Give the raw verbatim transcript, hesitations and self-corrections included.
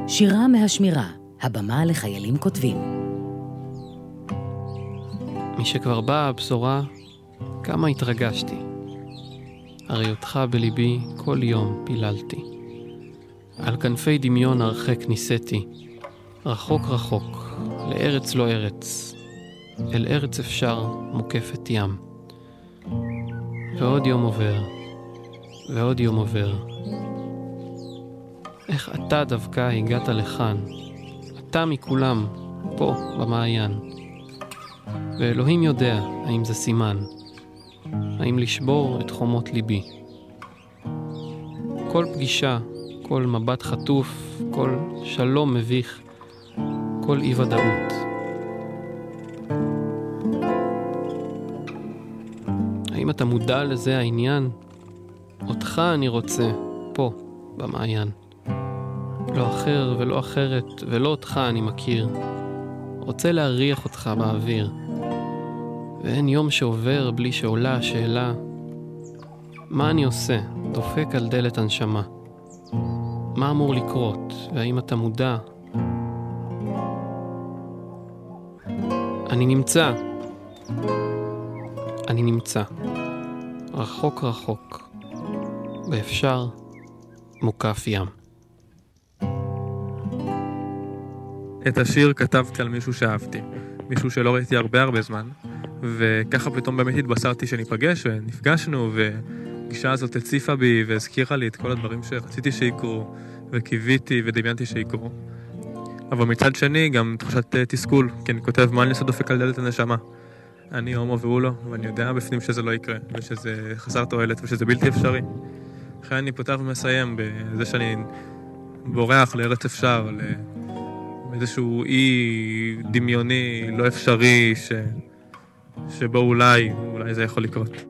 שירה מהשמירה, הבמה לחיילים כותבים. משכבר באה הבשורה, כמה התרגשתי. הרי אותך בליבי כל יום פיללתי. על כנפי דמיון הרחק ניסיתי, רחוק רחוק, לארץ לא ארץ, אל ארץ אפשר מוקפת ים. ועוד יום עובר, ועוד יום עובר. איך אתה דווקא הגעת לכאן, אתה מכולם, פה במעיין. ואלוהים יודע האם זה סימן, האם לשבור את חומות ליבי. כל פגישה, כל מבט חטוף, כל שלום מביך, כל אי ודאות. האם אתה מודע לזה העניין? אותך אני רוצה, פה, במעיין. לא אחר ולא אחרת, ולא אותך אני מכיר. רוצה להריח אותך באוויר. ואין יום שעובר בלי שעולה השאלה, מה אני עושה? דופק על דלת הנשמה. מה אמור לקרות? והאם אתה מודע? אני נמצא. אני נמצא. רחוק רחוק. ואפשר מוקף ים. את השיר כתבתי על מישהו שאהבתי. מישהו שלא ראיתי הרבה הרבה זמן. וככה פתאום באמת התבשרתי שניפגש ונפגשנו, והגישה הזאת הציפה בי והזכירה לי את כל הדברים שרציתי שיקרו וקיוויתי ודמיינתי שיקרו. אבל מצד שני גם תחושת תסכול, כי אני כותב מה אני עושה דופק על דלת הנשמה. אני הומו והוא לא, ואני יודע בפנים שזה לא יקרה, ושזה חסר תועלת ושזה בלתי אפשרי. לכן אני פותח ומסיים בזה שאני בורח לארץ אפשר, לאיזשהו אי דמיוני לא אפשרי ש... שבו אולי, אולי זה יכול לקרות.